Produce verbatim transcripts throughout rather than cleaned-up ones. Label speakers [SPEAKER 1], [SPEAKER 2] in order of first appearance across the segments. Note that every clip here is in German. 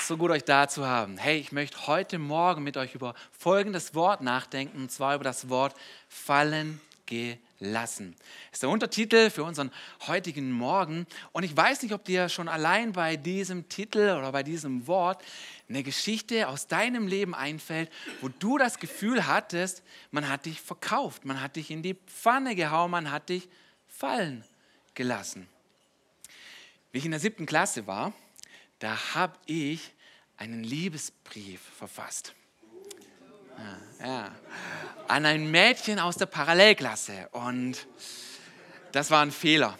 [SPEAKER 1] so gut euch da zu haben. Hey, ich möchte heute Morgen mit euch über folgendes Wort nachdenken, und zwar über das Wort fallen gelassen. Das ist der Untertitel für unseren heutigen Morgen. Und ich weiß nicht, ob dir schon allein bei diesem Titel oder bei diesem Wort eine Geschichte aus deinem Leben einfällt, wo du das Gefühl hattest, man hat dich verkauft, man hat dich in die Pfanne gehauen, man hat dich fallen gelassen. Wie ich in der siebten Klasse war, da habe ich einen Liebesbrief verfasst. Ja, ja, an ein Mädchen aus der Parallelklasse. Und das war ein Fehler.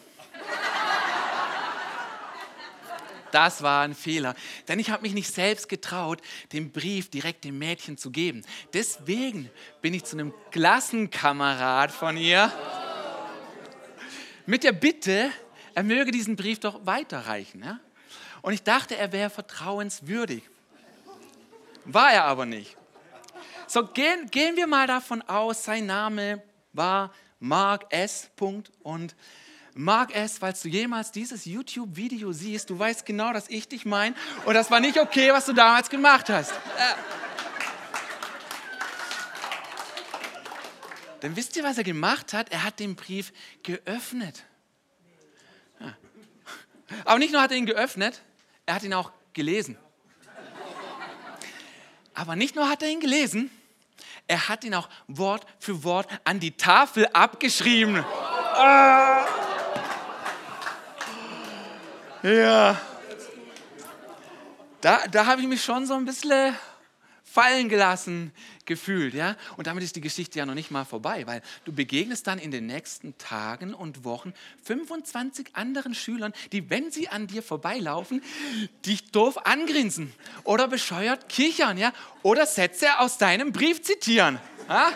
[SPEAKER 1] Das war ein Fehler, denn ich habe mich nicht selbst getraut, den Brief direkt dem Mädchen zu geben. Deswegen bin ich zu einem Klassenkamerad von ihr mit der Bitte, er möge diesen Brief doch weiterreichen. Ja? Und ich dachte, er wäre vertrauenswürdig. War er aber nicht. So, gehen, gehen wir mal davon aus, sein Name war Mark S. Und Mark S., falls du jemals dieses YouTube-Video siehst, du weißt genau, dass ich dich meine. Und das war nicht okay, was du damals gemacht hast. Äh. Dann wisst ihr, was er gemacht hat? Er hat den Brief geöffnet. Ja. Aber nicht nur hat er ihn geöffnet, er hat ihn auch gelesen. Aber nicht nur hat er ihn gelesen, er hat ihn auch Wort für Wort an die Tafel abgeschrieben. Ah. Ja. Da, da habe ich mich schon so ein bisschen fallen gelassen gefühlt, ja. Und damit ist die Geschichte ja noch nicht mal vorbei, weil du begegnest dann in den nächsten Tagen und Wochen fünfundzwanzig anderen Schülern, die, wenn sie an dir vorbeilaufen, dich doof angrinsen oder bescheuert kichern, ja, oder Sätze aus deinem Brief zitieren. Ja,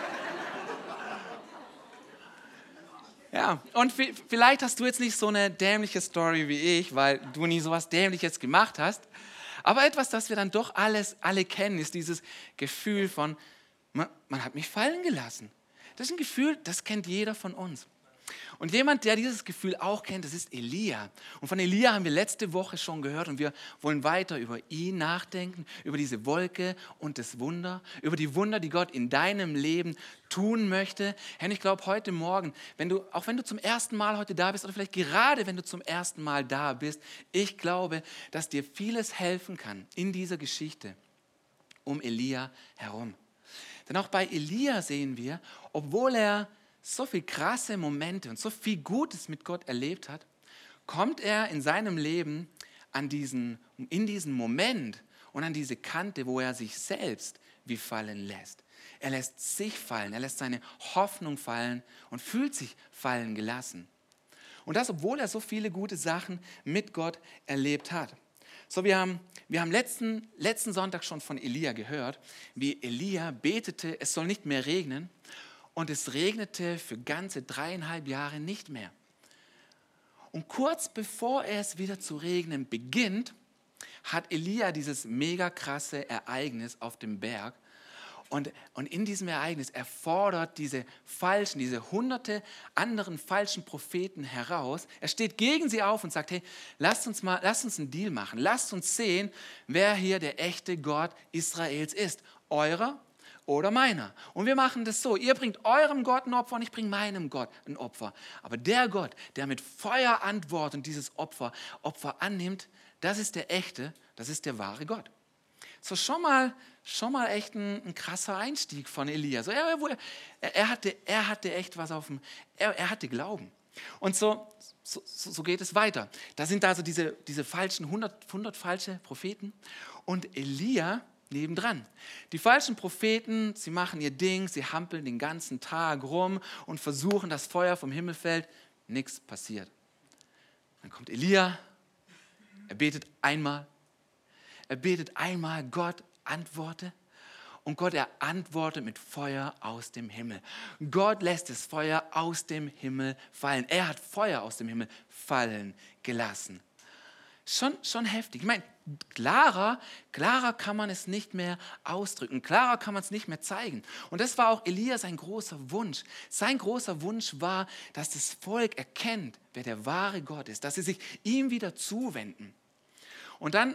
[SPEAKER 1] ja. Und vielleicht hast du jetzt nicht so eine dämliche Story wie ich, weil du nie so was Dämliches gemacht hast. Aber etwas, das wir dann doch alles, alle kennen, ist dieses Gefühl von, man, man hat mich fallen gelassen. Das ist ein Gefühl, das kennt jeder von uns. Und jemand, der dieses Gefühl auch kennt, das ist Elia. Und von Elia haben wir letzte Woche schon gehört und wir wollen weiter über ihn nachdenken, über diese Wolke und das Wunder, über die Wunder, die Gott in deinem Leben tun möchte. Herr, ich glaube, heute Morgen, wenn du, auch wenn du zum ersten Mal heute da bist oder vielleicht gerade, wenn du zum ersten Mal da bist, ich glaube, dass dir vieles helfen kann in dieser Geschichte um Elia herum. Denn auch bei Elia sehen wir, obwohl er so viele krasse Momente und so viel Gutes mit Gott erlebt hat, kommt er in seinem Leben an diesen, in diesen Moment und an diese Kante, wo er sich selbst wie fallen lässt. Er lässt sich fallen, er lässt seine Hoffnung fallen und fühlt sich fallen gelassen. Und das, obwohl er so viele gute Sachen mit Gott erlebt hat. So, wir haben, wir haben letzten, letzten Sonntag schon von Elia gehört, wie Elia betete, es soll nicht mehr regnen. Und es regnete für ganze dreieinhalb Jahre nicht mehr. Und kurz bevor es wieder zu regnen beginnt, hat Elia dieses mega krasse Ereignis auf dem Berg. Und, und in diesem Ereignis erfordert diese falschen, diese hunderte anderen falschen Propheten heraus. Er steht gegen sie auf und sagt, hey, lasst uns mal, lasst uns einen Deal machen. Lasst uns sehen, wer hier der echte Gott Israels ist. Eurer oder meiner. Und wir machen das so, ihr bringt eurem Gott ein Opfer und ich bringe meinem Gott ein Opfer. Aber der Gott, der mit Feuer antwortet und dieses Opfer, Opfer annimmt, das ist der echte, das ist der wahre Gott. So schon mal, schon mal echt ein, ein krasser Einstieg von Elia. So, er, er, er, hatte, er hatte echt was auf dem, er, er hatte Glauben. Und so, so, so geht es weiter. Da sind also diese, diese falschen, hundert, hundert falsche Propheten und Elia nebendran. Die falschen Propheten, sie machen ihr Ding, sie hampeln den ganzen Tag rum und versuchen, dass Feuer vom Himmel fällt. Nichts passiert. Dann kommt Elia, er betet einmal, er betet einmal, Gott antworte. Und Gott, er antwortet mit Feuer aus dem Himmel. Gott lässt das Feuer aus dem Himmel fallen. Er hat Feuer aus dem Himmel fallen gelassen. Schon, schon heftig. Ich meine, klarer, klarer kann man es nicht mehr ausdrücken. Klarer kann man es nicht mehr zeigen. Und das war auch Elia sein großer Wunsch. Sein großer Wunsch war, dass das Volk erkennt, wer der wahre Gott ist. Dass sie sich ihm wieder zuwenden. Und dann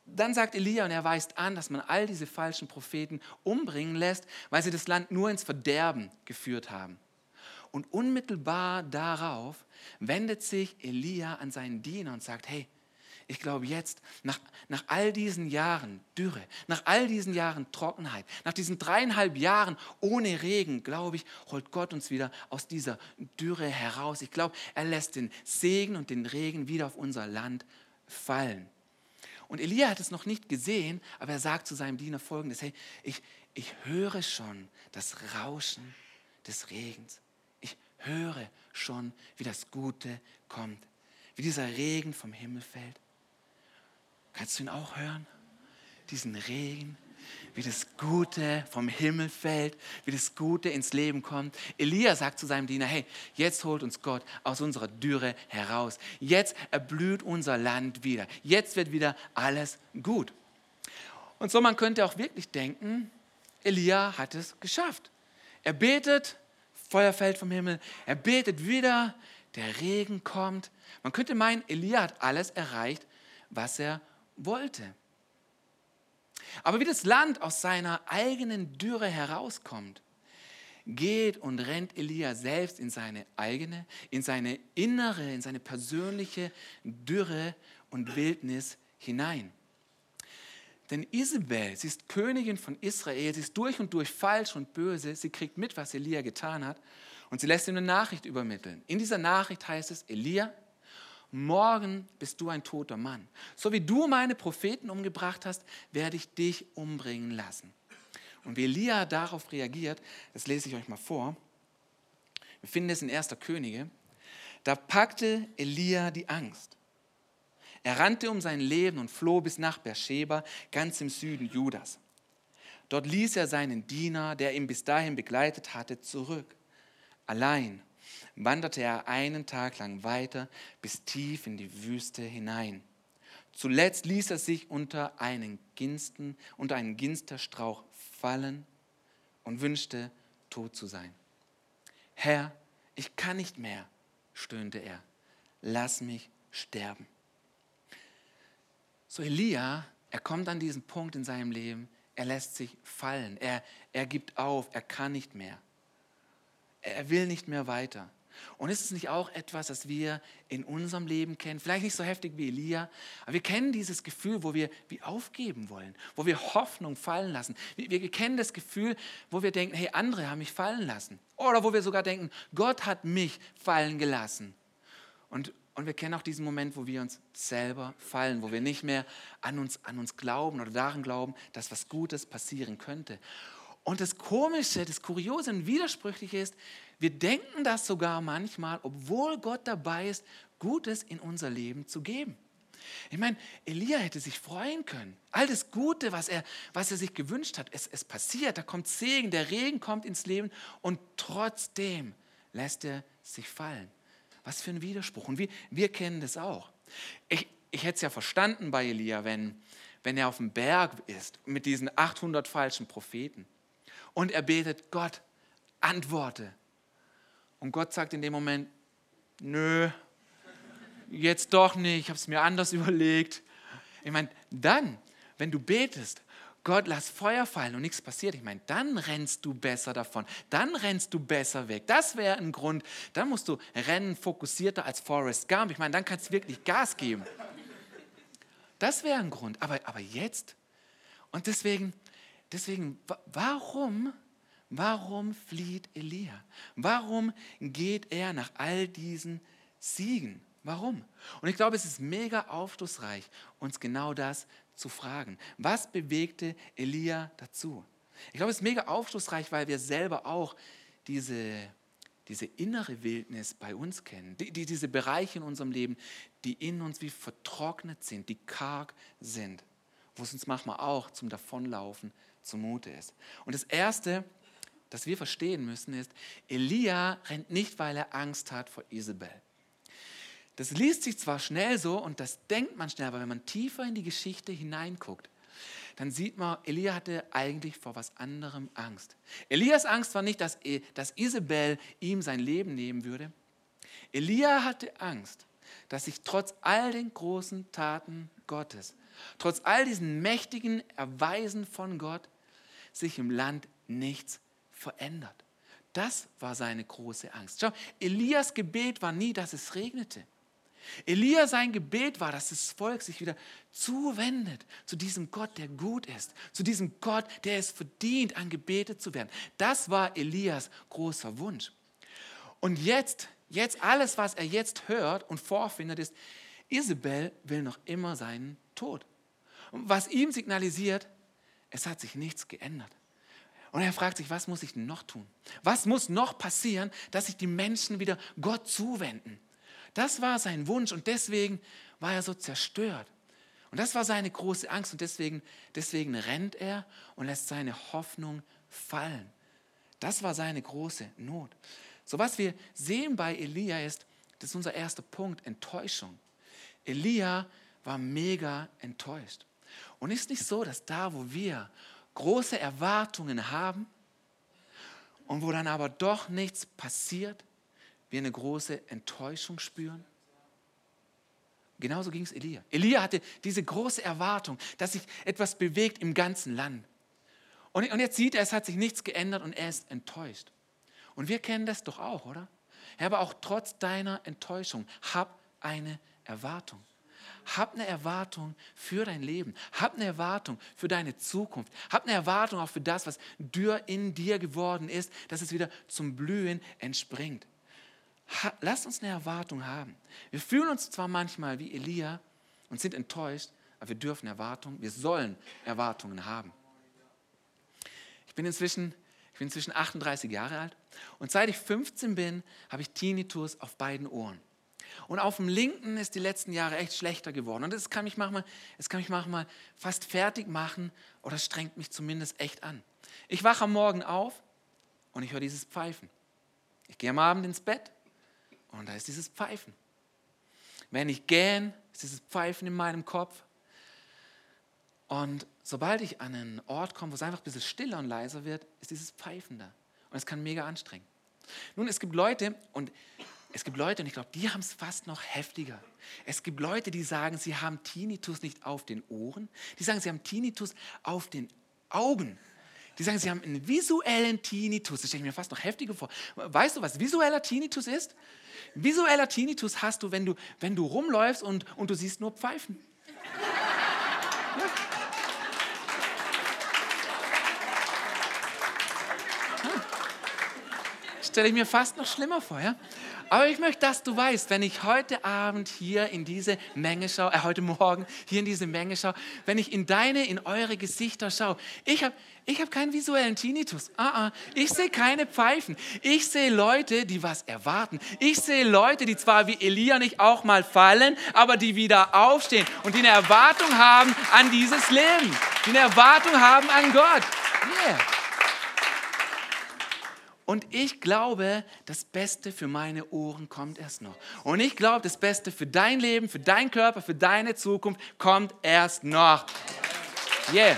[SPEAKER 1] dann sagt Elia und er weist an, dass man all diese falschen Propheten umbringen lässt, weil sie das Land nur ins Verderben geführt haben. Und unmittelbar darauf wendet sich Elia an seinen Diener und sagt, hey, ich glaube jetzt, nach, nach all diesen Jahren Dürre, nach all diesen Jahren Trockenheit, nach diesen dreieinhalb Jahren ohne Regen, glaube ich, holt Gott uns wieder aus dieser Dürre heraus. Ich glaube, er lässt den Segen und den Regen wieder auf unser Land fallen. Und Elia hat es noch nicht gesehen, aber er sagt zu seinem Diener Folgendes, hey, ich, ich höre schon das Rauschen des Regens. Ich höre schon, wie das Gute kommt, wie dieser Regen vom Himmel fällt. Kannst du ihn auch hören? Diesen Regen, wie das Gute vom Himmel fällt, wie das Gute ins Leben kommt. Elia sagt zu seinem Diener, hey, jetzt holt uns Gott aus unserer Dürre heraus. Jetzt erblüht unser Land wieder. Jetzt wird wieder alles gut. Und so, man könnte auch wirklich denken, Elia hat es geschafft. Er betet, Feuer fällt vom Himmel. Er betet wieder, der Regen kommt. Man könnte meinen, Elia hat alles erreicht, was er wollte. Aber wie das Land aus seiner eigenen Dürre herauskommt, geht und rennt Elia selbst in seine eigene, in seine innere, in seine persönliche Dürre und Wildnis hinein. Denn Isabel, sie ist Königin von Israel, sie ist durch und durch falsch und böse, sie kriegt mit, was Elia getan hat und sie lässt ihm eine Nachricht übermitteln. In dieser Nachricht heißt es, Elia, morgen bist du ein toter Mann. So wie du meine Propheten umgebracht hast, werde ich dich umbringen lassen. Und wie Elia darauf reagiert, das lese ich euch mal vor. Wir finden es in erster Könige. Da packte Elia die Angst. Er rannte um sein Leben und floh bis nach Beersheba, ganz im Süden Judas. Dort ließ er seinen Diener, der ihn bis dahin begleitet hatte, zurück. Allein wanderte er einen Tag lang weiter bis tief in die Wüste hinein. Zuletzt ließ er sich unter einen Ginsten, unter einen Ginsterstrauch fallen und wünschte, tot zu sein. Herr, ich kann nicht mehr, stöhnte er. Lass mich sterben. So Elia, er kommt an diesen Punkt in seinem Leben, er lässt sich fallen, er, er gibt auf, er kann nicht mehr. Er will nicht mehr weiter. Und ist es nicht auch etwas, das wir in unserem Leben kennen? Vielleicht nicht so heftig wie Elia, aber wir kennen dieses Gefühl, wo wir wie aufgeben wollen, wo wir Hoffnung fallen lassen. Wir, wir kennen das Gefühl, wo wir denken, hey, andere haben mich fallen lassen. Oder wo wir sogar denken, Gott hat mich fallen gelassen. Und, und wir kennen auch diesen Moment, wo wir uns selber fallen, wo wir nicht mehr an uns, an uns glauben oder daran glauben, dass was Gutes passieren könnte. Und das Komische, das Kuriose und Widersprüchliche ist, wir denken das sogar manchmal, obwohl Gott dabei ist, Gutes in unser Leben zu geben. Ich meine, Elia hätte sich freuen können. All das Gute, was er, was er sich gewünscht hat, es, es passiert, da kommt Segen, der Regen kommt ins Leben und trotzdem lässt er sich fallen. Was für ein Widerspruch. Und wir, wir kennen das auch. Ich, ich hätte es ja verstanden bei Elia, wenn, wenn er auf dem Berg ist mit diesen achthundert falschen Propheten. Und er betet, Gott, antworte. Und Gott sagt in dem Moment, nö, jetzt doch nicht, ich habe es mir anders überlegt. Ich meine, dann, wenn du betest, Gott, lass Feuer fallen und nichts passiert, ich meine, dann rennst du besser davon, dann rennst du besser weg. Das wäre ein Grund, dann musst du rennen fokussierter als Forrest Gump. Ich meine, dann kannst du wirklich Gas geben. Das wäre ein Grund, aber, aber jetzt? Und deswegen... Deswegen, warum, warum flieht Elia? Warum geht er nach all diesen Siegen? Warum? Und ich glaube, es ist mega aufschlussreich, uns genau das zu fragen. Was bewegte Elia dazu? Ich glaube, es ist mega aufschlussreich, weil wir selber auch diese, diese innere Wildnis bei uns kennen. Die, die, diese Bereiche in unserem Leben, die in uns wie vertrocknet sind, die karg sind, wo es uns manchmal auch zum Davonlaufen zumute ist. Und das Erste, das wir verstehen müssen, ist, Elia rennt nicht, weil er Angst hat vor Isabel. Das liest sich zwar schnell so und das denkt man schnell, aber wenn man tiefer in die Geschichte hineinguckt, dann sieht man, Elia hatte eigentlich vor was anderem Angst. Elias Angst war nicht, dass, dass Isabel ihm sein Leben nehmen würde. Elia hatte Angst, dass sich trotz all den großen Taten Gottes trotz all diesen mächtigen Erweisen von Gott, sich im Land nichts verändert. Das war seine große Angst. Schau, Elias Gebet war nie, dass es regnete. Elia, sein Gebet war, dass das Volk sich wieder zuwendet zu diesem Gott, der gut ist, zu diesem Gott, der es verdient, angebetet zu werden. Das war Elias großer Wunsch. Und jetzt, jetzt alles, was er jetzt hört und vorfindet, ist, Isabel will noch immer seinen Tod. Und was ihm signalisiert, es hat sich nichts geändert. Und er fragt sich, was muss ich denn noch tun? Was muss noch passieren, dass sich die Menschen wieder Gott zuwenden? Das war sein Wunsch und deswegen war er so zerstört. Und das war seine große Angst und deswegen, deswegen rennt er und lässt seine Hoffnung fallen. Das war seine große Not. So was wir sehen bei Elia ist, das ist unser erster Punkt, Enttäuschung. Elia war mega enttäuscht. Und ist nicht so, dass da, wo wir große Erwartungen haben und wo dann aber doch nichts passiert, wir eine große Enttäuschung spüren? Genauso ging es Elia. Elia hatte diese große Erwartung, dass sich etwas bewegt im ganzen Land. Und, und jetzt sieht er, es hat sich nichts geändert und er ist enttäuscht. Und wir kennen das doch auch, oder? Ja, aber auch trotz deiner Enttäuschung, hab eine Erwartung. Hab eine Erwartung für dein Leben. Hab eine Erwartung für deine Zukunft. Hab eine Erwartung auch für das, was dürr in dir geworden ist, dass es wieder zum Blühen entspringt. Ha, lass uns eine Erwartung haben. Wir fühlen uns zwar manchmal wie Elia und sind enttäuscht, aber wir dürfen Erwartungen, wir sollen Erwartungen haben. Ich bin inzwischen, ich bin inzwischen achtunddreißig Jahre alt und seit ich fünfzehn bin, habe ich Tinnitus auf beiden Ohren. Und auf dem linken ist die letzten Jahre echt schlechter geworden. Und das kann mich manchmal, das kann mich manchmal fast fertig machen oder strengt mich zumindest echt an. Ich wache am Morgen auf und ich höre dieses Pfeifen. Ich gehe am Abend ins Bett und da ist dieses Pfeifen. Wenn ich gähne, ist dieses Pfeifen in meinem Kopf. Und sobald ich an einen Ort komme, wo es einfach ein bisschen stiller und leiser wird, ist dieses Pfeifen da. Und es kann mega anstrengen. Nun, es gibt Leute, und es gibt Leute, und ich glaube, die haben es fast noch heftiger. Es gibt Leute, die sagen, sie haben Tinnitus nicht auf den Ohren. Die sagen, sie haben Tinnitus auf den Augen. Die sagen, sie haben einen visuellen Tinnitus. Das stelle ich mir fast noch heftiger vor. Weißt du, was visueller Tinnitus ist? Visueller Tinnitus hast du, wenn du, wenn du rumläufst und, und du siehst nur Pfeifen. Ja. Stelle ich mir fast noch schlimmer vor, ja? Aber ich möchte, dass du weißt, wenn ich heute Abend hier in diese Menge schaue, äh, heute Morgen hier in diese Menge schaue, wenn ich in deine, in eure Gesichter schaue, ich habe ich hab keinen visuellen Tinnitus. Uh-uh. Ich sehe keine Pfeifen. Ich sehe Leute, die was erwarten. Ich sehe Leute, die zwar wie Elia nicht auch mal fallen, aber die wieder aufstehen und die eine Erwartung haben an dieses Leben, die eine Erwartung haben an Gott. Yeah. Und ich glaube, das Beste für meine Ohren kommt erst noch. Und ich glaube, das Beste für dein Leben, für deinen Körper, für deine Zukunft kommt erst noch. Yeah.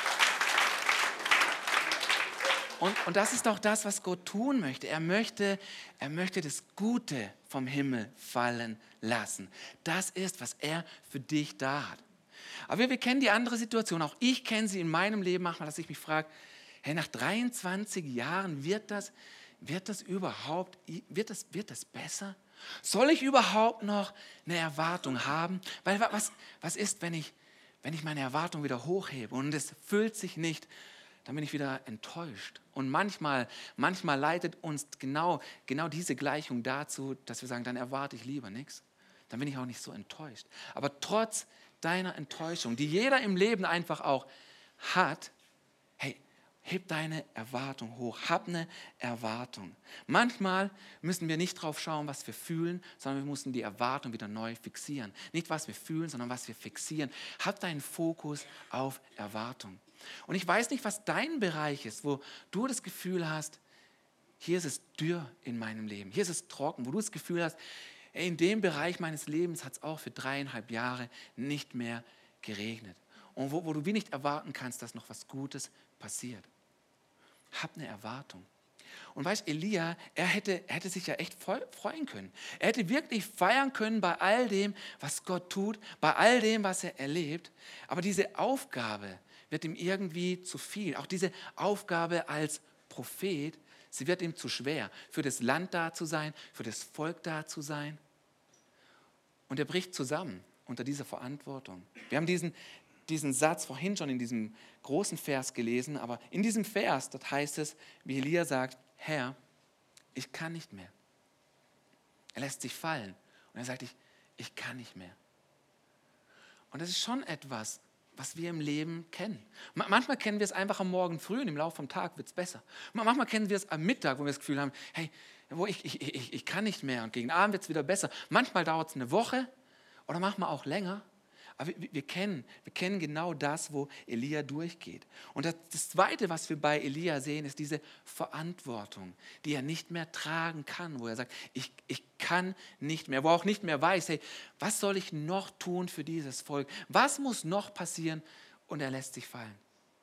[SPEAKER 1] Und, und das ist auch das, was Gott tun möchte. Er möchte, er möchte das Gute vom Himmel fallen lassen. Das ist, was er für dich da hat. Aber wir, wir kennen die andere Situation. Auch ich kenne sie in meinem Leben manchmal, dass ich mich frage, hey, nach dreiundzwanzig Jahren, wird das, wird das überhaupt, wird das, wird das besser? Soll ich überhaupt noch eine Erwartung haben? Weil was, was ist, wenn ich, wenn ich meine Erwartung wieder hochhebe und es füllt sich nicht, dann bin ich wieder enttäuscht. Und manchmal, manchmal leitet uns genau, genau diese Gleichung dazu, dass wir sagen, dann erwarte ich lieber nichts. Dann bin ich auch nicht so enttäuscht. Aber trotz deiner Enttäuschung, die jeder im Leben einfach auch hat, hey, heb deine Erwartung hoch, hab eine Erwartung. Manchmal müssen wir nicht drauf schauen, was wir fühlen, sondern wir müssen die Erwartung wieder neu fixieren. Nicht, was wir fühlen, sondern was wir fixieren. Hab deinen Fokus auf Erwartung. Und ich weiß nicht, was dein Bereich ist, wo du das Gefühl hast, hier ist es dürr in meinem Leben, hier ist es trocken, wo du das Gefühl hast, in dem Bereich meines Lebens hat es auch für dreieinhalb Jahre nicht mehr geregnet. Und wo, wo du wie nicht erwarten kannst, dass noch was Gutes passiert. Hab eine Erwartung. Und weißt, Elia, er hätte, er hätte sich ja echt voll freuen können. Er hätte wirklich feiern können bei all dem, was Gott tut, bei all dem, was er erlebt. Aber diese Aufgabe wird ihm irgendwie zu viel. Auch diese Aufgabe als Prophet, sie wird ihm zu schwer, für das Land da zu sein, für das Volk da zu sein. Und er bricht zusammen unter dieser Verantwortung. Wir haben diesen, diesen Satz vorhin schon in diesem großen Vers gelesen, aber in diesem Vers, dort heißt es, wie Elia sagt, Herr, ich kann nicht mehr. Er lässt sich fallen und er sagt, ich, ich kann nicht mehr. Und das ist schon etwas, was wir im Leben kennen. Manchmal kennen wir es einfach am Morgen früh und im Laufe des Tages wird es besser. Manchmal kennen wir es am Mittag, wo wir das Gefühl haben, hey, wo ich, ich, ich, ich kann nicht mehr und gegen Abend wird es wieder besser. Manchmal dauert es eine Woche oder manchmal auch länger. Aber wir, wir, kennen, wir kennen genau das, wo Elia durchgeht. Und das, das Zweite, was wir bei Elia sehen, ist diese Verantwortung, die er nicht mehr tragen kann, wo er sagt, ich, ich kann nicht mehr, wo er auch nicht mehr weiß, hey, was soll ich noch tun für dieses Volk? Was muss noch passieren? Und er lässt sich fallen.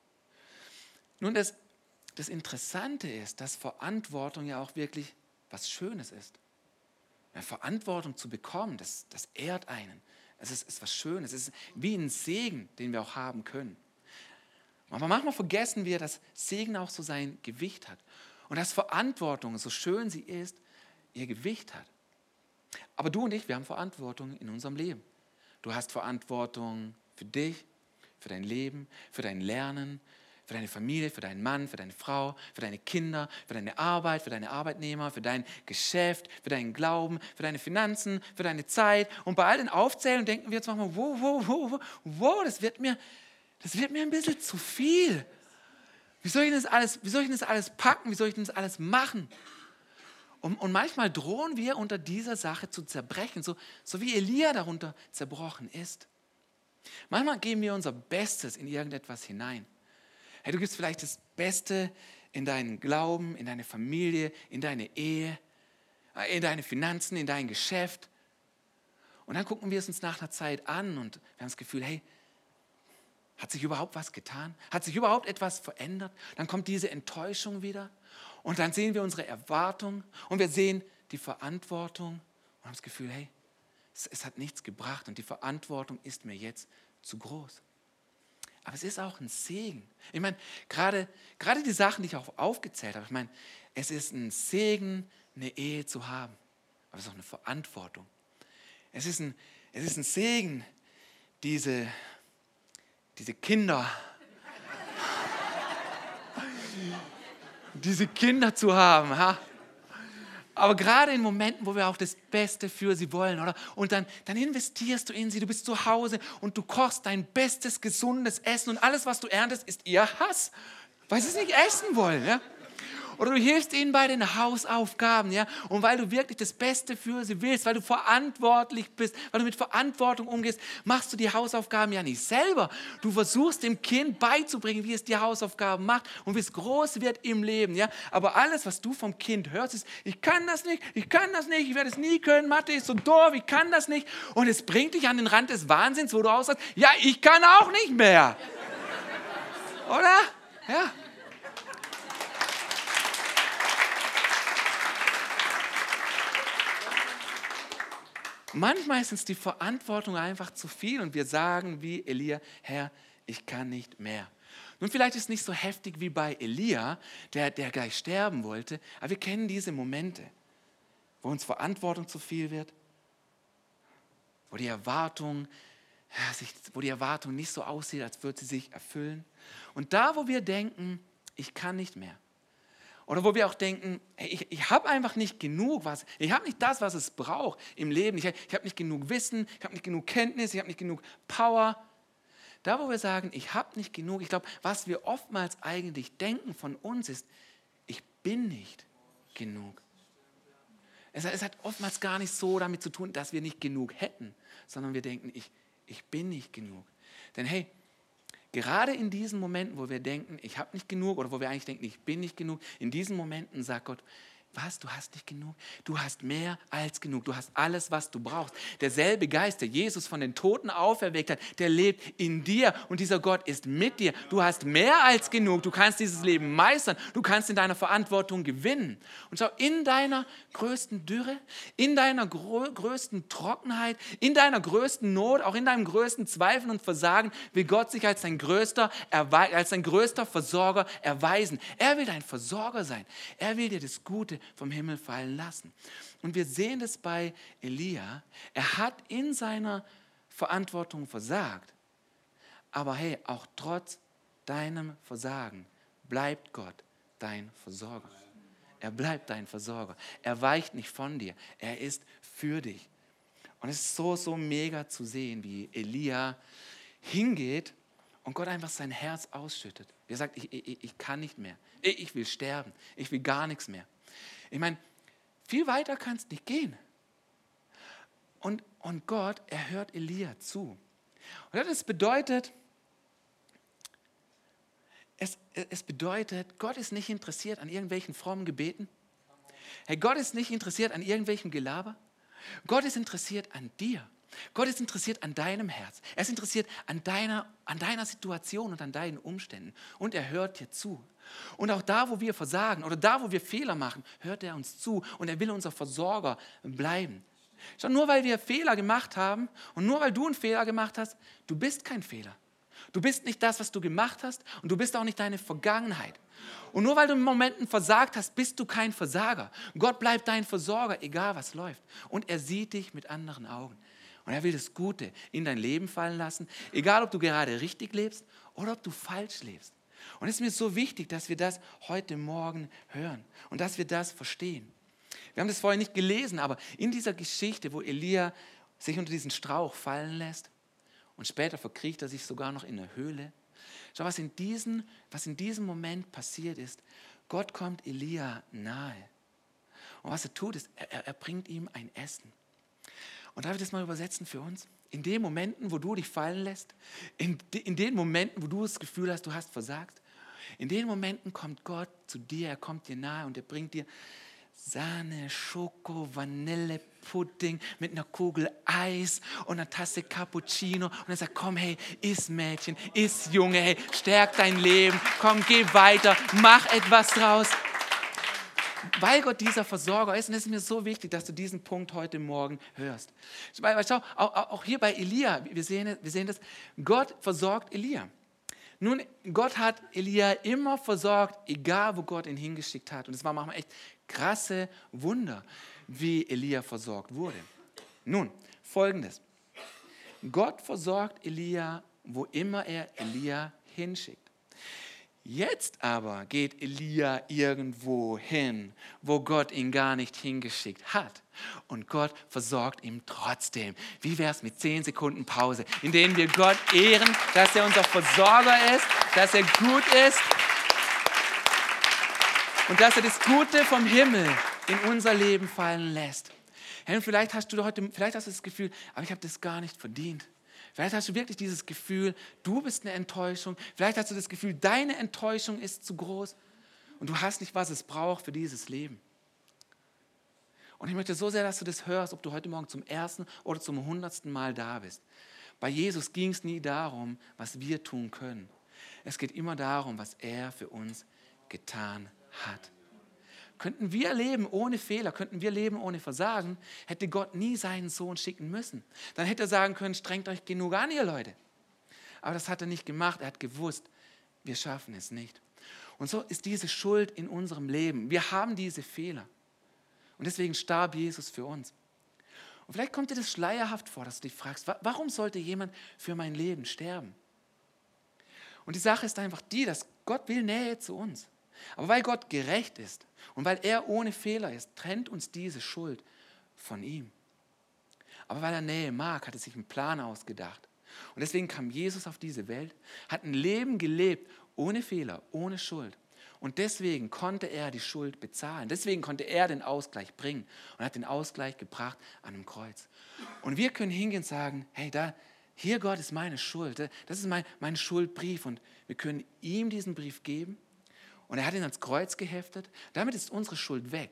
[SPEAKER 1] Nun, das, das Interessante ist, dass Verantwortung ja auch wirklich was Schönes ist. Ja, Verantwortung zu bekommen, das, das ehrt einen. Es ist, ist was Schönes, es ist wie ein Segen, den wir auch haben können. Aber manchmal vergessen wir, dass Segen auch so sein Gewicht hat. Und dass Verantwortung, so schön sie ist, ihr Gewicht hat. Aber du und ich, wir haben Verantwortung in unserem Leben. Du hast Verantwortung für dich, für dein Leben, für dein Lernen, für deine Familie, für deinen Mann, für deine Frau, für deine Kinder, für deine Arbeit, für deine Arbeitnehmer, für dein Geschäft, für deinen Glauben, für deine Finanzen, für deine Zeit. Und bei all den Aufzählen denken wir jetzt manchmal, wow, wow, wow, wow, das wird mir, das wird mir ein bisschen zu viel. Wie soll ich das alles, wie soll ich das alles packen? Wie soll ich das alles machen? Und, und manchmal drohen wir unter dieser Sache zu zerbrechen, so, so wie Elia darunter zerbrochen ist. Manchmal geben wir unser Bestes in irgendetwas hinein. Hey, du gibst vielleicht das Beste in deinen Glauben, in deine Familie, in deine Ehe, in deine Finanzen, in dein Geschäft. Und dann gucken wir es uns nach einer Zeit an und wir haben das Gefühl, hey, hat sich überhaupt was getan? Hat sich überhaupt etwas verändert? Dann kommt diese Enttäuschung wieder und dann sehen wir unsere Erwartung und wir sehen die Verantwortung und haben das Gefühl, hey, es, es hat nichts gebracht und die Verantwortung ist mir jetzt zu groß. Aber es ist auch ein Segen. Ich meine, gerade, gerade die Sachen, die ich auch aufgezählt habe, ich meine, es ist ein Segen, eine Ehe zu haben. Aber es ist auch eine Verantwortung. Es ist ein, es ist ein Segen, diese, diese Kinder, diese Kinder zu haben. Ha? Aber gerade in Momenten, wo wir auch das Beste für sie wollen, oder? Und dann, dann investierst du in sie, du bist zu Hause und du kochst dein bestes, gesundes Essen und alles, was du erntest, ist ihr Hass, weil sie es nicht essen wollen. Ja? Oder du hilfst ihnen bei den Hausaufgaben, ja? Und weil du wirklich das Beste für sie willst, weil du verantwortlich bist, weil du mit Verantwortung umgehst, machst du die Hausaufgaben ja nicht selber. Du versuchst dem Kind beizubringen, wie es die Hausaufgaben macht und wie es groß wird im Leben, ja? Aber alles, was du vom Kind hörst, ist, ich kann das nicht, ich kann das nicht, ich werde es nie können, Mathe ist so doof, ich kann das nicht. Und es bringt dich an den Rand des Wahnsinns, wo du auch sagst, ja, ich kann auch nicht mehr. Oder? Ja. Manchmal ist uns die Verantwortung einfach zu viel und wir sagen wie Elia, Herr, ich kann nicht mehr. Nun, vielleicht ist es nicht so heftig wie bei Elia, der, der gleich sterben wollte, aber wir kennen diese Momente, wo uns Verantwortung zu viel wird, wo die Erwartung, ja, sich, wo die Erwartung nicht so aussieht, als würde sie sich erfüllen. Und da, wo wir denken, ich kann nicht mehr, oder wo wir auch denken, hey, ich, ich habe einfach nicht genug, was, ich habe nicht das, was es braucht im Leben. Ich, ich habe nicht genug Wissen, ich habe nicht genug Kenntnis, ich habe nicht genug Power. Da, wo wir sagen, ich habe nicht genug, ich glaube, was wir oftmals eigentlich denken von uns ist, ich bin nicht genug. Es, es hat oftmals gar nicht so damit zu tun, dass wir nicht genug hätten, sondern wir denken, ich, ich bin nicht genug. Denn hey, gerade in diesen Momenten, wo wir denken, ich habe nicht genug oder wo wir eigentlich denken, ich bin nicht genug, in diesen Momenten sagt Gott, was, du hast nicht genug? Du hast mehr als genug. Du hast alles, was du brauchst. Derselbe Geist, der Jesus von den Toten auferweckt hat, der lebt in dir und dieser Gott ist mit dir. Du hast mehr als genug. Du kannst dieses Leben meistern. Du kannst in deiner Verantwortung gewinnen. Und schau, in deiner größten Dürre, in deiner grö- größten Trockenheit, in deiner größten Not, auch in deinem größten Zweifel und Versagen, will Gott sich als dein größter, erwe- als dein größter Versorger erweisen. Er will dein Versorger sein. Er will dir das Gute vom Himmel fallen lassen. Und wir sehen das bei Elia. Er hat in seiner Verantwortung versagt. Aber hey, auch trotz deinem Versagen bleibt Gott dein Versorger. Er bleibt dein Versorger. Er weicht nicht von dir. Er ist für dich. Und es ist so, so mega zu sehen, wie Elia hingeht und Gott einfach sein Herz ausschüttet. Er sagt, ich, ich, ich kann nicht mehr. Ich, ich will sterben. Ich will gar nichts mehr. Ich meine, viel weiter kann es nicht gehen. Und, und Gott, er hört Elia zu. Und das bedeutet, es, es bedeutet, Gott ist nicht interessiert an irgendwelchen frommen Gebeten. Hey, Gott ist nicht interessiert an irgendwelchem Gelaber. Gott ist interessiert an dir. Gott ist interessiert an deinem Herz. Er ist interessiert an deiner, an deiner Situation und an deinen Umständen. Und er hört dir zu. Und auch da, wo wir versagen oder da, wo wir Fehler machen, hört er uns zu und er will unser Versorger bleiben. Schau, nur weil wir Fehler gemacht haben und nur weil du einen Fehler gemacht hast, du bist kein Fehler. Du bist nicht das, was du gemacht hast und du bist auch nicht deine Vergangenheit. Und nur weil du in Momenten versagt hast, bist du kein Versager. Gott bleibt dein Versorger, egal was läuft. Und er sieht dich mit anderen Augen. Und er will das Gute in dein Leben fallen lassen, egal ob du gerade richtig lebst oder ob du falsch lebst. Und es ist mir so wichtig, dass wir das heute Morgen hören und dass wir das verstehen. Wir haben das vorher nicht gelesen, aber in dieser Geschichte, wo Elia sich unter diesen Strauch fallen lässt und später verkriecht er sich sogar noch in eine Höhle. Schau, was in, diesen, was in diesem Moment passiert ist, Gott kommt Elia nahe. Und was er tut, ist, er, er bringt ihm ein Essen. Und darf ich das mal übersetzen für uns? In den Momenten, wo du dich fallen lässt, in, de, in den Momenten, wo du das Gefühl hast, du hast versagt, in den Momenten kommt Gott zu dir, er kommt dir nahe und er bringt dir Sahne, Schoko, Vanille, Pudding mit einer Kugel Eis und einer Tasse Cappuccino und er sagt, komm, hey, iss Mädchen, iss Junge, hey, stärk dein Leben, komm, geh weiter, mach etwas draus. Weil Gott dieser Versorger ist, und es ist mir so wichtig, dass du diesen Punkt heute Morgen hörst. Weil, schau, auch, auch hier bei Elia, wir sehen, wir sehen das, Gott versorgt Elia. Nun, Gott hat Elia immer versorgt, egal wo Gott ihn hingeschickt hat. Und es war manchmal echt krasse Wunder, wie Elia versorgt wurde. Nun, Folgendes. Gott versorgt Elia, wo immer er Elia hinschickt. Jetzt aber geht Elia irgendwo hin, wo Gott ihn gar nicht hingeschickt hat. Und Gott versorgt ihn trotzdem. Wie wäre es mit zehn Sekunden Pause, in denen wir Gott ehren, dass er unser Versorger ist, dass er gut ist und dass er das Gute vom Himmel in unser Leben fallen lässt. Hey, vielleicht hast du heute, vielleicht hast du das Gefühl, aber ich habe das gar nicht verdient. Vielleicht hast du wirklich dieses Gefühl, du bist eine Enttäuschung. Vielleicht hast du das Gefühl, deine Enttäuschung ist zu groß und du hast nicht, was es braucht für dieses Leben. Und ich möchte so sehr, dass du das hörst, ob du heute Morgen zum ersten oder zum hundertsten Mal da bist. Bei Jesus ging es nie darum, was wir tun können. Es geht immer darum, was er für uns getan hat. Könnten wir leben ohne Fehler, könnten wir leben ohne Versagen, hätte Gott nie seinen Sohn schicken müssen. Dann hätte er sagen können, strengt euch genug an, ihr Leute. Aber das hat er nicht gemacht. Er hat gewusst, wir schaffen es nicht. Und so ist diese Schuld in unserem Leben. Wir haben diese Fehler. Und deswegen starb Jesus für uns. Und vielleicht kommt dir das schleierhaft vor, dass du dich fragst, warum sollte jemand für mein Leben sterben? Und die Sache ist einfach die, dass Gott will Nähe zu uns. Aber weil Gott gerecht ist und weil er ohne Fehler ist, trennt uns diese Schuld von ihm. Aber weil er Nähe mag, hat er sich einen Plan ausgedacht. Und deswegen kam Jesus auf diese Welt, hat ein Leben gelebt, ohne Fehler, ohne Schuld. Und deswegen konnte er die Schuld bezahlen. Deswegen konnte er den Ausgleich bringen und hat den Ausgleich gebracht an einem Kreuz. Und wir können hingehen und sagen, hey, da, hier Gott ist meine Schuld, das ist mein, mein Schuldbrief und wir können ihm diesen Brief geben. Und er hat ihn ans Kreuz geheftet. Damit ist unsere Schuld weg.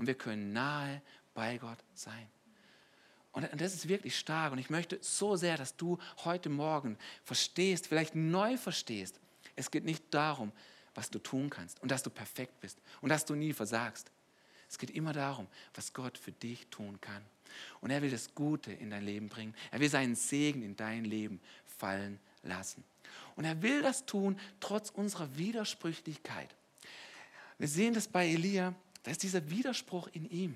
[SPEAKER 1] und wir können nahe bei Gott sein. Und das ist wirklich stark und ich möchte so sehr, dass du heute Morgen verstehst, vielleicht neu verstehst, es geht nicht darum, was du tun kannst und dass du perfekt bist und dass du nie versagst. Es geht immer darum, was Gott für dich tun kann. Und er will das Gute in dein Leben bringen. Er will seinen Segen in dein Leben fallen lassen. Und er will das tun, trotz unserer Widersprüchlichkeit. Wir sehen das bei Elia, da ist dieser Widerspruch in ihm.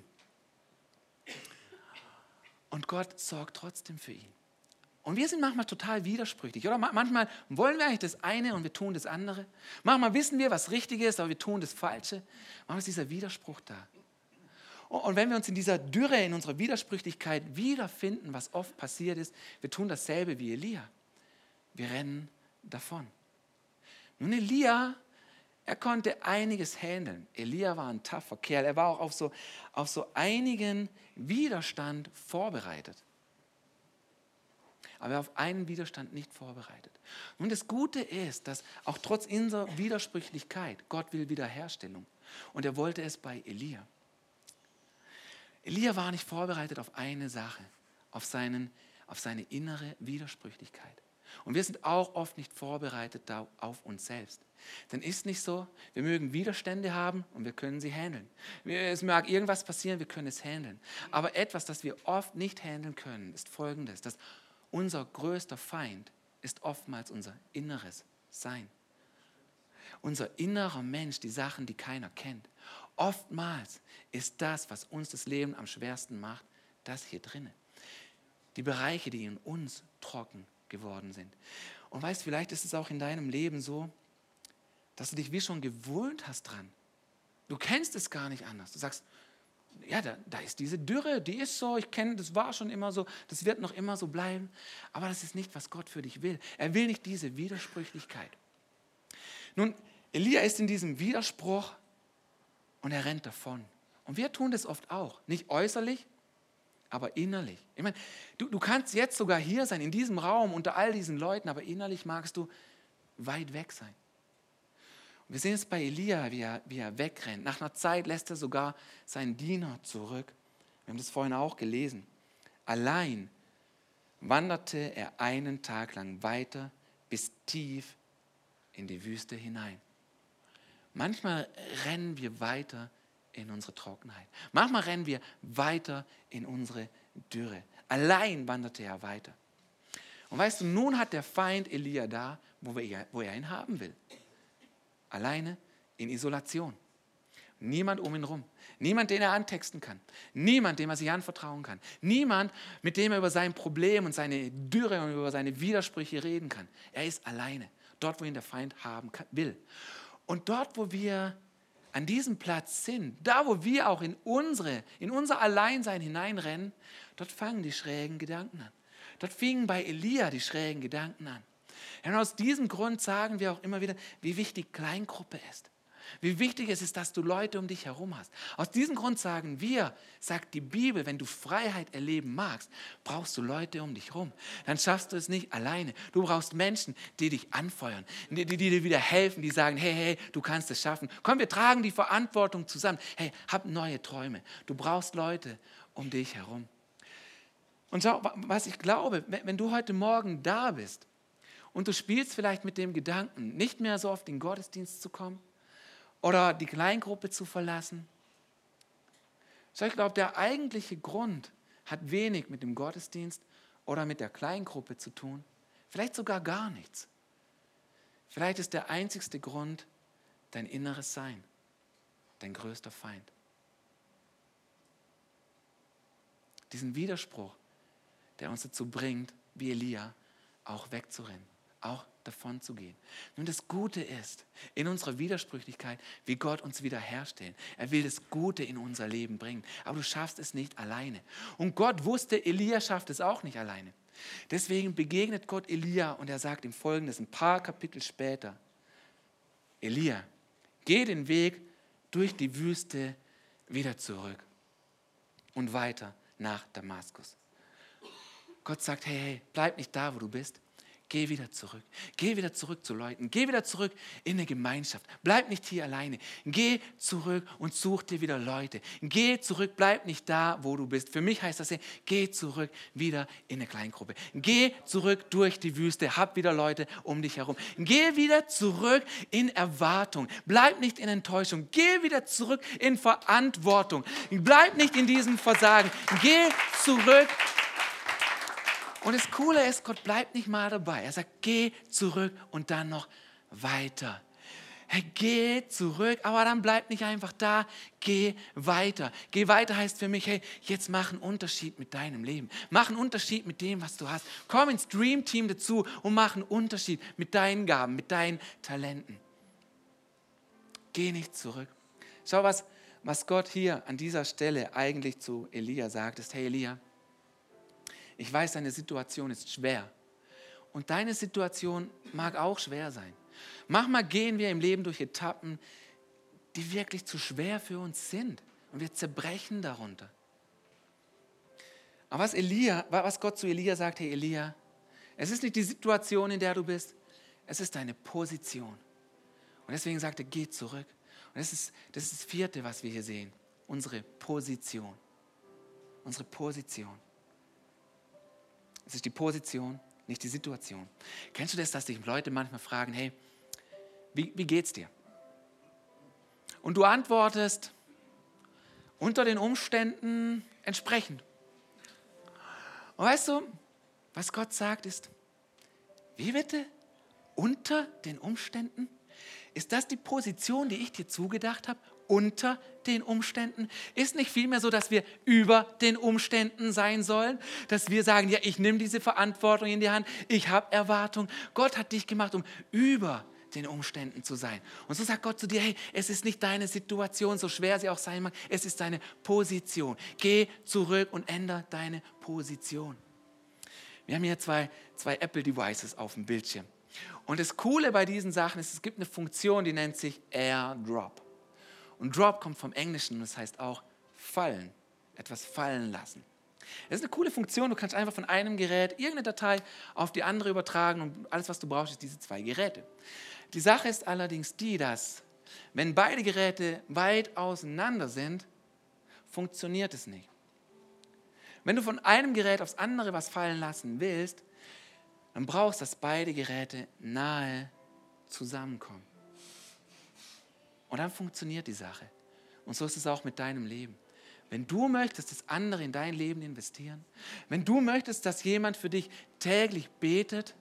[SPEAKER 1] Und Gott sorgt trotzdem für ihn. Und wir sind manchmal total widersprüchlich, oder? Manchmal wollen wir eigentlich das eine und wir tun das andere. Manchmal wissen wir, was richtig ist, aber wir tun das Falsche. Manchmal ist dieser Widerspruch da. Und wenn wir uns in dieser Dürre, in unserer Widersprüchlichkeit wiederfinden, was oft passiert ist, wir tun dasselbe wie Elia. Wir rennen davon. Nun, Elia, er konnte einiges handeln. Elia war ein tougher Kerl. Er war auch auf so, auf so einigen Widerstand vorbereitet. Aber auf einen Widerstand nicht vorbereitet. Nun, das Gute ist, dass auch trotz unserer Widersprüchlichkeit, Gott will Wiederherstellung. Und er wollte es bei Elia. Elia war nicht vorbereitet auf eine Sache, auf, seinen, auf seine innere Widersprüchlichkeit. Und wir sind auch oft nicht vorbereitet auf uns selbst. Denn ist nicht so, wir mögen Widerstände haben und wir können sie handeln. Es mag irgendwas passieren, wir können es handeln. Aber etwas, das wir oft nicht handeln können, ist Folgendes, dass unser größter Feind ist oftmals unser inneres Sein. Unser innerer Mensch, die Sachen, die keiner kennt. Oftmals ist das, was uns das Leben am schwersten macht, das hier drinnen. Die Bereiche, die in uns trocken geworden sind. Und weißt, vielleicht ist es auch in deinem Leben so, dass du dich wie schon gewöhnt hast dran. Du kennst es gar nicht anders. Du sagst, ja, da, da ist diese Dürre, die ist so, ich kenne, das war schon immer so, das wird noch immer so bleiben. Aber das ist nicht, was Gott für dich will. Er will nicht diese Widersprüchlichkeit. Nun, Elia ist in diesem Widerspruch und er rennt davon. Und wir tun das oft auch. Nicht äußerlich, aber innerlich. Ich meine, du, du kannst jetzt sogar hier sein, in diesem Raum, unter all diesen Leuten, aber innerlich magst du weit weg sein. Und wir sehen es bei Elia, wie er, wie er wegrennt. Nach einer Zeit lässt er sogar seinen Diener zurück. Wir haben das vorhin auch gelesen. Allein wanderte er einen Tag lang weiter bis tief in die Wüste hinein. Manchmal rennen wir weiter in unsere Trockenheit. Manchmal rennen wir weiter in unsere Dürre. Allein wanderte er weiter. Und weißt du, nun hat der Feind Elia da, wo er, wo er ihn haben will. Alleine in Isolation. Niemand um ihn rum. Niemand, den er antexten kann. Niemand, dem er sich anvertrauen kann. Niemand, mit dem er über sein Problem und seine Dürre und über seine Widersprüche reden kann. Er ist alleine. Dort, wo ihn der Feind haben will. Und dort, wo wir an diesem Platz sind, da, wo wir auch in, unsere, in unser Alleinsein hineinrennen, dort fangen die schrägen Gedanken an. Dort fingen bei Elia die schrägen Gedanken an. Und aus diesem Grund sagen wir auch immer wieder, wie wichtig Kleingruppe ist. Wie wichtig es ist, dass du Leute um dich herum hast. Aus diesem Grund sagen wir, sagt die Bibel, wenn du Freiheit erleben magst, brauchst du Leute um dich herum. Dann schaffst du es nicht alleine. Du brauchst Menschen, die dich anfeuern, die, die, die dir wieder helfen, die sagen, hey, hey, du kannst es schaffen. Komm, wir tragen die Verantwortung zusammen. Hey, hab neue Träume. Du brauchst Leute um dich herum. Und schau, was ich glaube, wenn du heute Morgen da bist und du spielst vielleicht mit dem Gedanken, nicht mehr so oft in den Gottesdienst zu kommen, oder die Kleingruppe zu verlassen. So, ich glaube, der eigentliche Grund hat wenig mit dem Gottesdienst oder mit der Kleingruppe zu tun. Vielleicht sogar gar nichts. Vielleicht ist der einzigste Grund dein inneres Sein, dein größter Feind. Diesen Widerspruch, der uns dazu bringt, wie Elia, auch wegzurennen. Auch davon zu gehen. Nun, das Gute ist, in unserer Widersprüchlichkeit, wie Gott uns wiederherstellen. Er will das Gute in unser Leben bringen. Aber du schaffst es nicht alleine. Und Gott wusste, Elia schafft es auch nicht alleine. Deswegen begegnet Gott Elia und er sagt ihm Folgendes, ein paar Kapitel später. Elia, geh den Weg durch die Wüste wieder zurück und weiter nach Damaskus. Gott sagt, hey, hey, bleib nicht da, wo du bist. Geh wieder zurück. Geh wieder zurück zu Leuten. Geh wieder zurück in eine Gemeinschaft. Bleib nicht hier alleine. Geh zurück und such dir wieder Leute. Geh zurück, bleib nicht da, wo du bist. Für mich heißt das, geh zurück wieder in eine Kleingruppe. Geh zurück durch die Wüste. Hab wieder Leute um dich herum. Geh wieder zurück in Erwartung. Bleib nicht in Enttäuschung. Geh wieder zurück in Verantwortung. Bleib nicht in diesem Versagen. Geh zurück. Und das Coole ist, Gott bleibt nicht mal dabei. Er sagt, geh zurück und dann noch weiter. Hey, geh zurück, aber dann bleib nicht einfach da, geh weiter. Geh weiter heißt für mich, hey, jetzt mach einen Unterschied mit deinem Leben. Mach einen Unterschied mit dem, was du hast. Komm ins Dream Team dazu und mach einen Unterschied mit deinen Gaben, mit deinen Talenten. Geh nicht zurück. Schau, was, was Gott hier an dieser Stelle eigentlich zu Elia sagt, ist, hey Elia, ich weiß, deine Situation ist schwer. Und deine Situation mag auch schwer sein. Manchmal gehen wir im Leben durch Etappen, die wirklich zu schwer für uns sind. Und wir zerbrechen darunter. Aber was, Elia, was Gott zu Elia sagt, hey Elia, es ist nicht die Situation, in der du bist, es ist deine Position. Und deswegen sagt er, geh zurück. Und das ist, das ist das Vierte, was wir hier sehen. Unsere Position. Unsere Position. Es ist die Position, nicht die Situation. Kennst du das, dass dich Leute manchmal fragen, hey, wie, wie geht's dir? Und du antwortest unter den Umständen entsprechend. Und weißt du, was Gott sagt ist, wie bitte? Unter den Umständen? Ist das die Position, die ich dir zugedacht habe? Unter den Umständen? Ist nicht vielmehr so, dass wir über den Umständen sein sollen? Dass wir sagen, ja, ich nehme diese Verantwortung in die Hand, ich habe Erwartung. Gott hat dich gemacht, um über den Umständen zu sein. Und so sagt Gott zu dir, hey, es ist nicht deine Situation, so schwer sie auch sein mag, es ist deine Position. Geh zurück und ändere deine Position. Wir haben hier zwei, zwei Apple Devices auf dem Bildschirm. Und das Coole bei diesen Sachen ist, es gibt eine Funktion, die nennt sich AirDrop. Und Drop kommt vom Englischen und das heißt auch fallen, etwas fallen lassen. Das ist eine coole Funktion, du kannst einfach von einem Gerät irgendeine Datei auf die andere übertragen und alles, was du brauchst, ist diese zwei Geräte. Die Sache ist allerdings die, dass wenn beide Geräte weit auseinander sind, funktioniert es nicht. Wenn du von einem Gerät aufs andere was fallen lassen willst, dann brauchst du, dass beide Geräte nahe zusammenkommen. Und dann funktioniert die Sache. Und so ist es auch mit deinem Leben. Wenn du möchtest, dass andere in dein Leben investieren, wenn du möchtest, dass jemand für dich täglich betet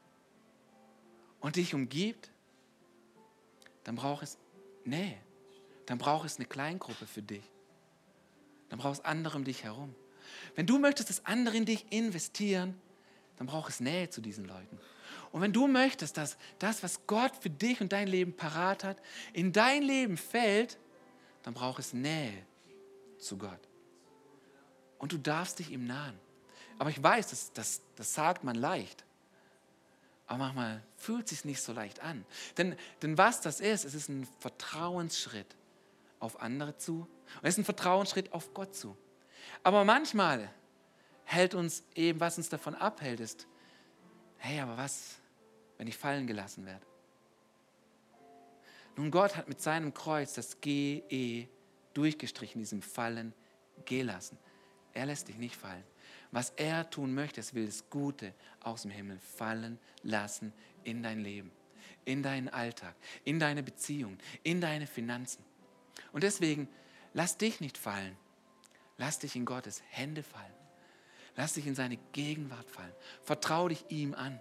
[SPEAKER 1] und dich umgibt, dann braucht es Nähe. Dann braucht es eine Kleingruppe für dich. Dann braucht es andere um dich herum. Wenn du möchtest, dass andere in dich investieren, dann braucht es Nähe zu diesen Leuten. Und wenn du möchtest, dass das, was Gott für dich und dein Leben parat hat, in dein Leben fällt, dann braucht es Nähe zu Gott. Und du darfst dich ihm nahen. Aber ich weiß, das, das, das sagt man leicht. Aber manchmal fühlt es sich nicht so leicht an. Denn, denn was das ist, es ist ein Vertrauensschritt auf andere zu. Und es ist ein Vertrauensschritt auf Gott zu. Aber manchmal hält uns eben, was uns davon abhält, ist, hey, aber was, wenn ich fallen gelassen werde? Nun, Gott hat mit seinem Kreuz das G E durchgestrichen, diesem Fallen gelassen. Er lässt dich nicht fallen. Was er tun möchte, es will das Gute aus dem Himmel fallen lassen in dein Leben, in deinen Alltag, in deine Beziehungen, in deine Finanzen. Und deswegen, lass dich nicht fallen. Lass dich in Gottes Hände fallen. Lass dich in seine Gegenwart fallen. Vertrau dich ihm an.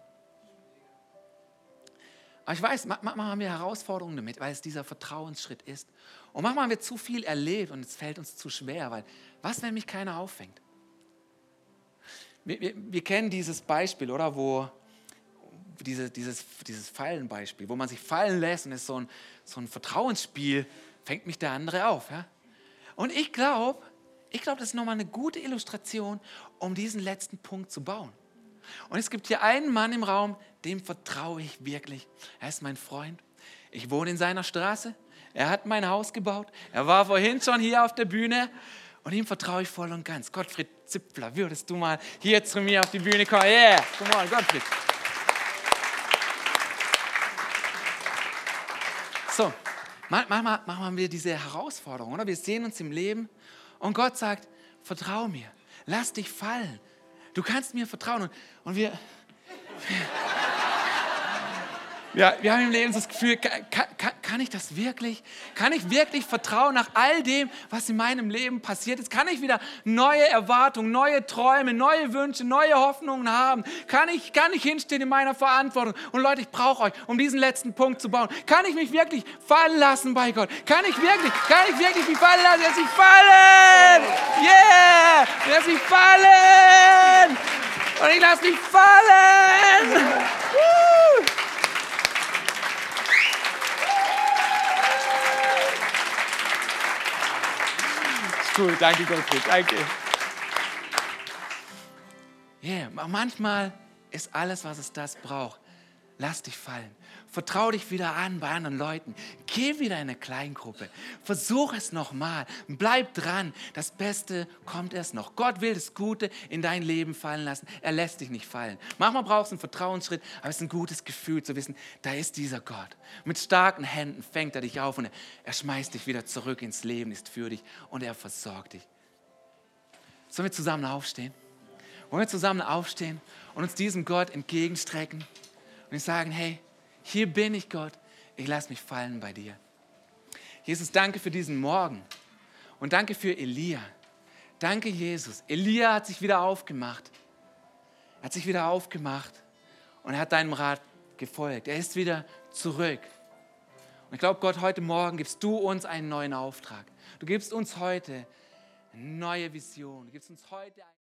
[SPEAKER 1] Aber ich weiß, manchmal haben wir Herausforderungen damit, weil es dieser Vertrauensschritt ist. Und manchmal haben wir zu viel erlebt und es fällt uns zu schwer, weil was, wenn mich keiner auffängt? Wir, wir, wir kennen dieses Beispiel, oder? Wo diese, dieses, dieses Fallenbeispiel, wo man sich fallen lässt und es ist so ein, so ein Vertrauensspiel, fängt mich der andere auf. Ja? Und ich glaube, ich glaube, das ist nochmal eine gute Illustration, um diesen letzten Punkt zu bauen. Und es gibt hier einen Mann im Raum, dem vertraue ich wirklich. Er ist mein Freund. Ich wohne in seiner Straße. Er hat mein Haus gebaut. Er war vorhin schon hier auf der Bühne. Und ihm vertraue ich voll und ganz. Gottfried Zipfler, würdest du mal hier zu mir auf die Bühne kommen? Yeah, come on, Gottfried. So, manchmal machen wir diese Herausforderung, oder? Wir sehen uns im Leben und Gott sagt, vertrau mir, lass dich fallen. Du kannst mir vertrauen. Und, und wir, ja, wir haben im Leben so das Gefühl, kann, kann, kann ich das wirklich? Kann ich wirklich vertrauen nach all dem, was in meinem Leben passiert ist? Kann ich wieder neue Erwartungen, neue Träume, neue Wünsche, neue Hoffnungen haben? Kann ich, kann ich hinstehen in meiner Verantwortung? Und Leute, ich brauche euch, um diesen letzten Punkt zu bauen. Kann ich mich wirklich fallen lassen bei Gott? Kann ich wirklich, kann ich wirklich mich fallen lassen? Lass mich fallen! Yeah! Lass mich fallen! Und ich lass mich fallen! Woo! Cool, danke Gottfried, danke. Yeah, manchmal ist alles, was es das braucht. Lass dich fallen. Vertrau dich wieder an bei anderen Leuten. Geh wieder in eine Kleingruppe. Versuch es nochmal. Bleib dran. Das Beste kommt erst noch. Gott will das Gute in dein Leben fallen lassen. Er lässt dich nicht fallen. Manchmal brauchst du einen Vertrauensschritt, aber es ist ein gutes Gefühl zu wissen, da ist dieser Gott. Mit starken Händen fängt er dich auf und er, er schmeißt dich wieder zurück ins Leben, ist für dich und er versorgt dich. Sollen wir zusammen aufstehen? Wollen wir zusammen aufstehen und uns diesem Gott entgegenstrecken und sagen, hey, hier bin ich, Gott, ich lasse mich fallen bei dir. Jesus, danke für diesen Morgen und danke für Elia. Danke, Jesus. Elia hat sich wieder aufgemacht. Er hat sich wieder aufgemacht und er hat deinem Rat gefolgt. Er ist wieder zurück. Und ich glaube, Gott, heute Morgen gibst du uns einen neuen Auftrag. Du gibst uns heute eine neue Vision. Du gibst uns heute